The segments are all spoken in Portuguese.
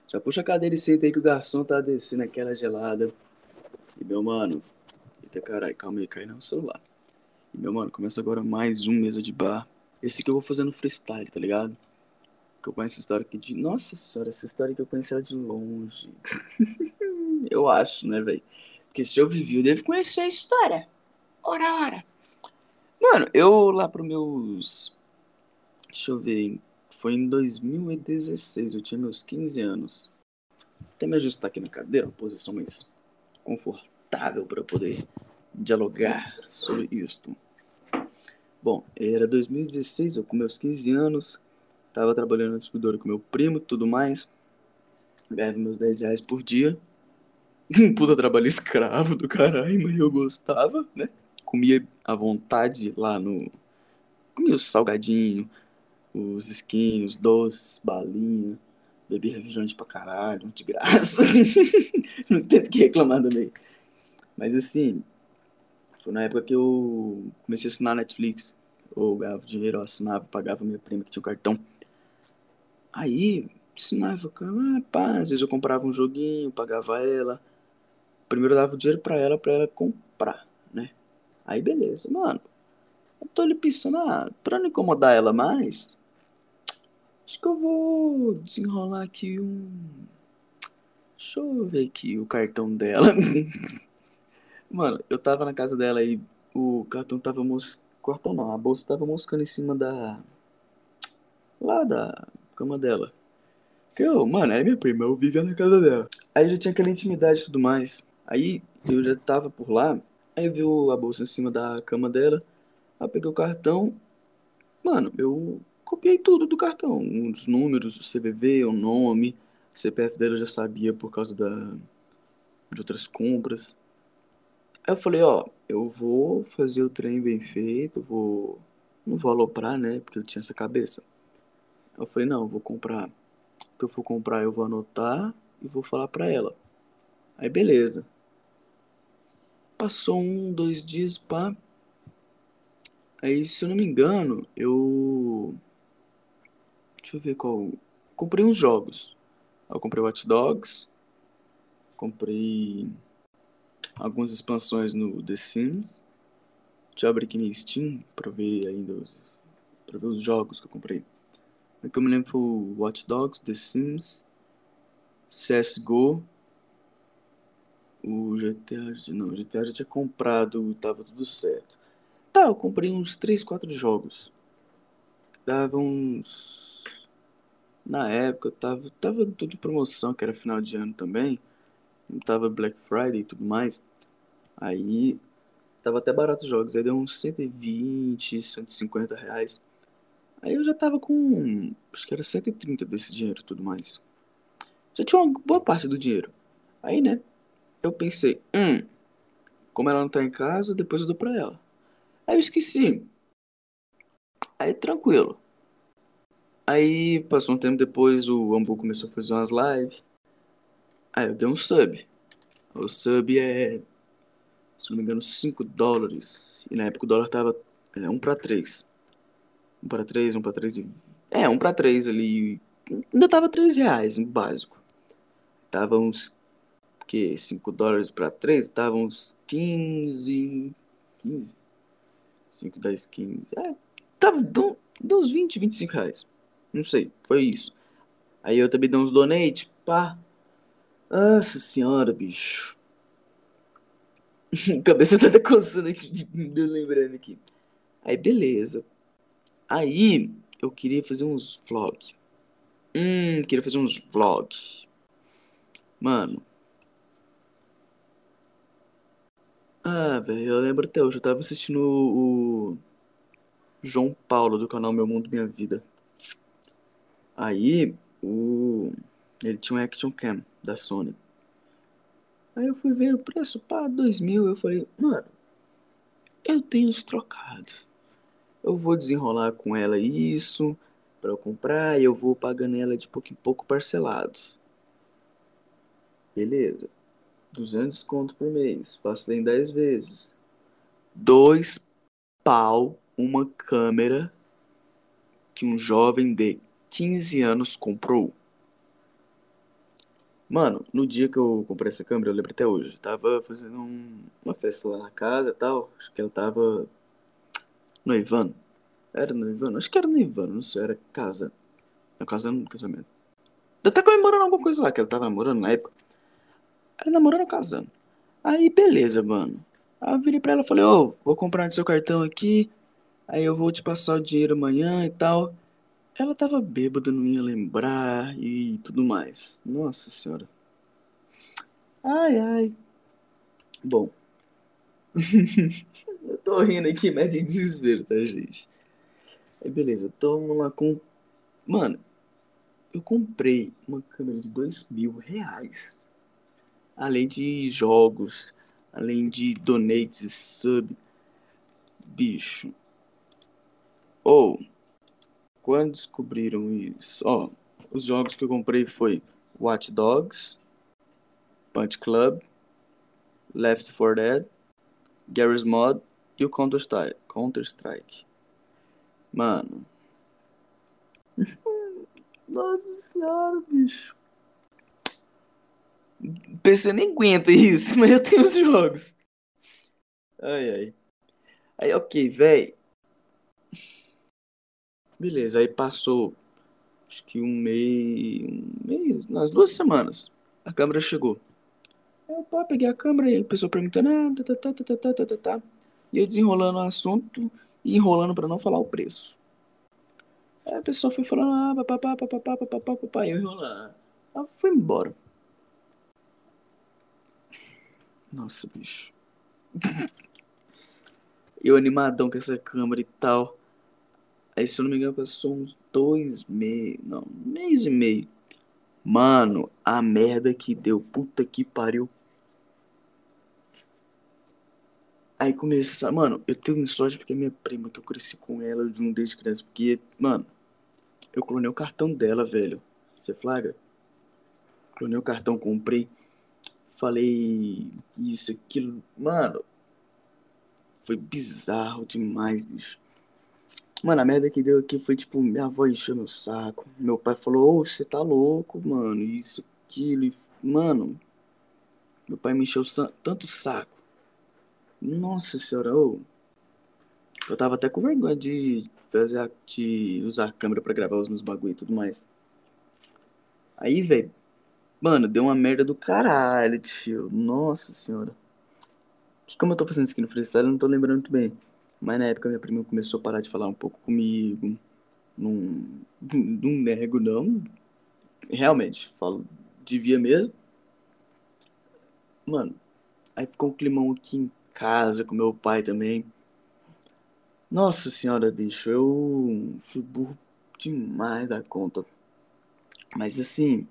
Já puxa a cadeira e senta aí que o garçom tá descendo aquela gelada. E meu mano, eita caralho, calma aí, cai não o celular. E meu mano, começa agora mais um mesa de bar. Esse que eu vou fazendo freestyle, tá ligado? Que eu conheço essa história aqui de. Nossa senhora, essa história que eu conheci ela de longe. Eu acho, né, velho? Porque se eu vivi, eu devo conhecer a história. Ora, ora. Mano, eu lá pros meus. Deixa eu ver. Foi em 2016, eu tinha meus 15 anos. Até me ajustar aqui na cadeira, uma posição mais confortável para poder dialogar sobre isto. Bom, era 2016, eu com meus 15 anos, tava trabalhando na distribuidora com meu primo, tudo mais, ganhava meus R$ 10 por dia. Um puta trabalho escravo do caralho, mas eu gostava, né? Comia à vontade lá no. Comia os salgadinhos, os esquinhos, doces, balinha, bebia refrigerante pra caralho, de graça. Não tem o que reclamar também. Mas assim, foi na época que eu comecei a assinar Netflix. Eu ganhava dinheiro, eu assinava, pagava minha prima que tinha o cartão. Aí, assinava, pá, às vezes eu comprava um joguinho, pagava ela. Primeiro eu dava o dinheiro pra ela comprar, né? Aí beleza, mano. Eu tô ali pensando, pra não incomodar ela mais, acho que eu vou desenrolar aqui um. Deixa eu ver aqui o cartão dela. Mano, eu tava na casa dela e o cartão tava Cartão não, a bolsa tava moscando em cima lá da cama dela. Que eu, mano, é minha prima, eu vivia na casa dela. Aí já tinha aquela intimidade e tudo mais. Aí eu já tava por lá, aí eu vi a bolsa em cima da cama dela. Aí eu peguei o cartão, mano, eu copiei tudo do cartão. Os números, o CVV, o nome, o CPF dela eu já sabia por causa de outras compras. Aí eu falei, ó, eu vou fazer o trem bem feito, não vou aloprar, né, porque eu tinha essa cabeça. Aí eu falei, não, eu vou comprar. O que eu for comprar eu vou anotar e vou falar pra ela. Aí beleza. Passou um, 2 dias, pá. Aí, se eu não me engano, eu. Deixa eu ver qual. Comprei uns jogos. Eu comprei Watch Dogs, comprei algumas expansões no The Sims. Deixa eu abrir aqui minha Steam pra ver ainda pra ver os jogos que eu comprei. O que eu me lembro foi o Watch Dogs, The Sims, CSGO, o GTA. Não, o GTA já tinha comprado, tava tudo certo. Tá, eu comprei uns 3 4 jogos. Dava uns. Na época tava tudo em promoção, que era final de ano também. Tava Black Friday e tudo mais. Aí tava até barato os jogos. Aí deu uns 120, R$ 150. Aí eu já tava com. Acho que era 130 desse dinheiro e tudo mais. Já tinha uma boa parte do dinheiro. Aí, né? Eu pensei, como ela não tá em casa, depois eu dou pra ela. Aí eu esqueci. Aí tranquilo. Aí passou um tempo depois, o Ambu começou a fazer umas lives. Aí eu dei um sub. O sub é, se não me engano, US$ 5. E na época o dólar tava 1 pra 3. 1 pra 3, 1 pra 3 e... É, 1 pra 3 ali. Ainda tava R$ 3 no básico. Tava uns, que, US$ 5 pra 3, tava uns 15. 5, 10, 15. Tava de uns 20, R$ 25. Não sei, foi isso. Aí eu também dei uns donate, pá. Nossa senhora, bicho. A cabeça tá até coçando aqui, de lembrando aqui. Aí, beleza. Aí, eu queria fazer uns vlog. Queria fazer uns vlogs. Mano, velho, eu lembro até hoje. Eu tava assistindo o João Paulo do canal Meu Mundo Minha Vida. Aí, ele tinha um Action Cam da Sony. Aí eu fui ver o preço, pá, 2.000. Eu falei, mano, eu tenho os trocados. Eu vou desenrolar com ela isso pra eu comprar e eu vou pagando ela de pouco em pouco parcelado. Beleza. 200 conto por mês. Parcelei em 10 vezes. 2 pau, uma câmera que um jovem de 15 anos comprou. Mano, no dia que eu comprei essa câmera, eu lembro até hoje. Tava fazendo uma festa lá na casa e tal. Acho que ela tava noivando. Era noivando? Acho que era noivando, não sei, era casando. Não, casando no casamento. Eu até comemorando alguma coisa lá, que ela tava namorando na época. Era namorando ou casando. Aí, beleza, mano. Aí eu virei pra ela e falei, ô, vou comprar no seu cartão aqui. Aí eu vou te passar o dinheiro amanhã e tal. Ela tava bêbada, não ia lembrar e tudo mais. Nossa senhora. Ai, ai. Bom, eu tô rindo aqui, mas de desespero, tá, gente? Aí, beleza, eu tô lá com. Mano, eu comprei uma câmera de R$ 2.000. Além de jogos, além de donates e sub. Bicho. Ou, quando descobriram isso? Ó, os jogos que eu comprei foi Watch Dogs, Punch Club, Left 4 Dead, Garry's Mod e o Counter-Strike. Counter-Strike. Mano, nossa senhora, bicho. O PC nem aguenta isso, mas eu tenho os jogos. Ai, ai. Aí, ok, véi. Beleza, aí passou, acho que um mês, nas 2 semanas. A câmera chegou. Eu pá, peguei a câmera e a pessoa perguntando, tá. E eu desenrolando o assunto e enrolando pra não falar o preço. Aí a pessoa foi falando, papapá, papapá, papapá, papapá, e eu enrolando. Aí foi embora. Nossa, bicho. Eu animadão com essa câmera e tal. Aí, se eu não me engano, passou uns 2 meses. Não, 1 mês e meio. Mano, a merda que deu. Puta que pariu. Aí começar. Mano, eu tenho sorte porque é minha prima, que eu cresci com ela de um desde criança. Porque, mano, eu clonei o cartão dela, velho. Você flagra? Clonei o cartão, comprei. Falei isso, aquilo. Mano, foi bizarro demais, bicho. Mano, a merda que deu aqui foi tipo, minha avó encheu meu saco. Meu pai falou, ô, você tá louco, mano. Isso, aquilo. Mano, meu pai me encheu tanto saco. Nossa senhora, ô. Eu tava até com vergonha de usar a câmera pra gravar os meus bagulho e tudo mais. Aí, velho, mano, deu uma merda do caralho, tio. Nossa senhora. Que como eu tô fazendo skin no freestyle, eu não tô lembrando muito bem. Mas na época minha prima começou a parar de falar um pouco comigo. Não, não nego, não. Realmente, falo, devia mesmo. Mano, aí ficou um climão aqui em casa com meu pai também. Nossa senhora, bicho, eu fui burro demais da conta. Mas assim,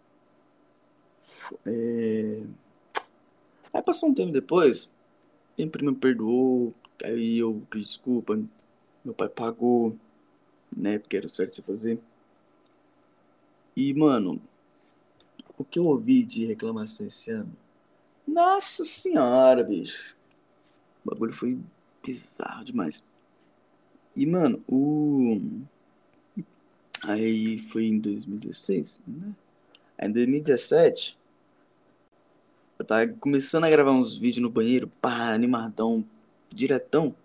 é... aí passou um tempo depois, minha prima me perdoou, aí eu pedi desculpa, meu pai pagou, né, porque era o certo de se fazer. E, mano, o que eu ouvi de reclamação esse ano? Nossa senhora, bicho. O bagulho foi bizarro demais. E, mano, Aí foi em 2016, né? Aí em 2017, eu tava começando a gravar uns vídeos no banheiro, pá, animadão, diretão.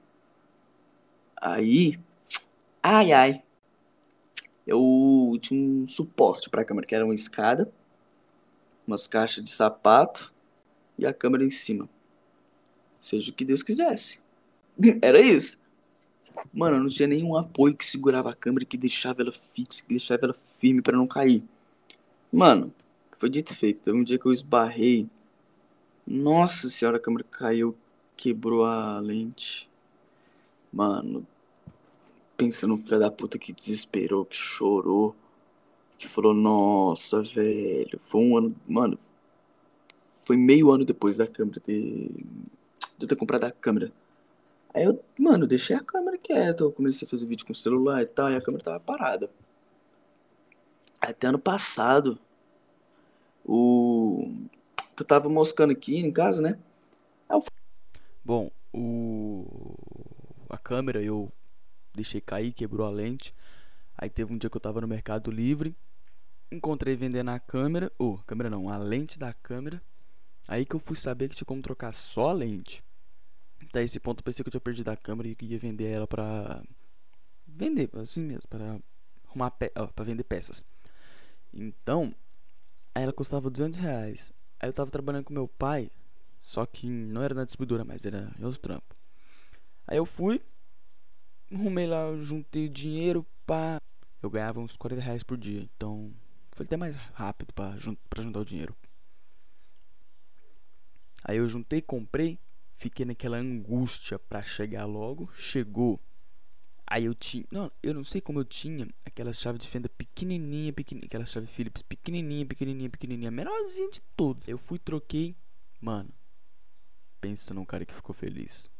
Aí, ai, ai, eu tinha um suporte pra câmera, que era uma escada, umas caixas de sapato e a câmera em cima. Seja o que Deus quisesse. Era isso. Mano, não tinha nenhum apoio que segurava a câmera, que deixava ela fixa, que deixava ela firme pra não cair. Mano, foi dito e feito. Teve um dia que eu esbarrei. Nossa senhora, a câmera caiu, quebrou a lente. Mano, pensa no filho da puta que desesperou, que chorou, que falou, nossa, velho. Foi um ano, mano, foi meio ano depois da câmera de eu ter comprado a câmera. Aí eu, mano, deixei a câmera quieta, eu comecei a fazer vídeo com o celular e tal, e a câmera tava parada. Até ano passado, o que eu tava moscando aqui em casa, né? Bom, a câmera eu deixei cair, quebrou a lente. Aí teve um dia que eu tava no Mercado Livre. Encontrei vendendo a câmera, câmera não, a lente da câmera. Aí que eu fui saber que tinha como trocar só a lente. Até esse ponto eu pensei que eu tinha perdido a câmera e que ia vender ela pra... Vender, assim mesmo, para arrumar pra vender peças. Então, aí ela custava R$ 200. Aí eu tava trabalhando com meu pai, só que não era na distribuidora, mas era em outro trampo. Aí eu fui, arrumei lá, juntei o dinheiro, pá. Eu ganhava uns R$ 40 por dia, então foi até mais rápido pra juntar o dinheiro. Aí eu juntei, comprei, fiquei naquela angústia pra chegar logo. Chegou. Aí eu tinha. Não, eu não sei como eu tinha aquela chave de fenda pequenininha, pequenininha. Aquela chave Phillips pequenininha, pequenininha, pequenininha. Menorzinha de todos. Eu fui, troquei. Mano, pensa num cara que ficou feliz.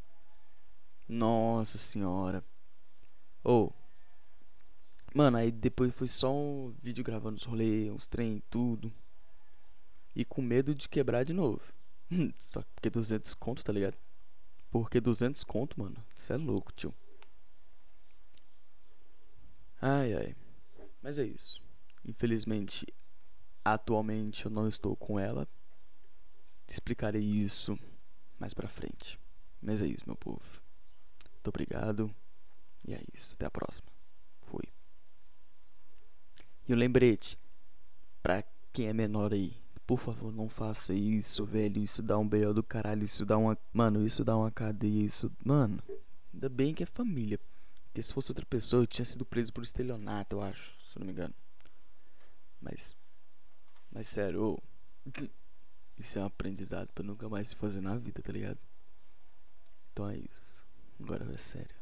Nossa senhora. Ô, mano, aí depois foi só um vídeo gravando os rolês, uns trem, tudo. E com medo de quebrar de novo. Só porque 200 conto, tá ligado? Porque 200 conto, mano. Isso é louco, tio. Ai, ai. Mas é isso. Infelizmente, atualmente eu não estou com ela. Te explicarei isso mais pra frente. Mas é isso, meu povo. Muito obrigado. E é isso. Até a próxima. Fui. E um lembrete pra quem é menor aí. Por favor, não faça isso, velho. Isso dá um B.O. do caralho. Isso dá uma. Mano, isso dá uma cadeia. Isso. Mano, ainda bem que é família. Porque se fosse outra pessoa, eu tinha sido preso por estelionato, eu acho. Se eu não me engano. Mas. Mas sério, isso é um aprendizado pra nunca mais se fazer na vida, tá ligado? Então é isso. Agora é sério.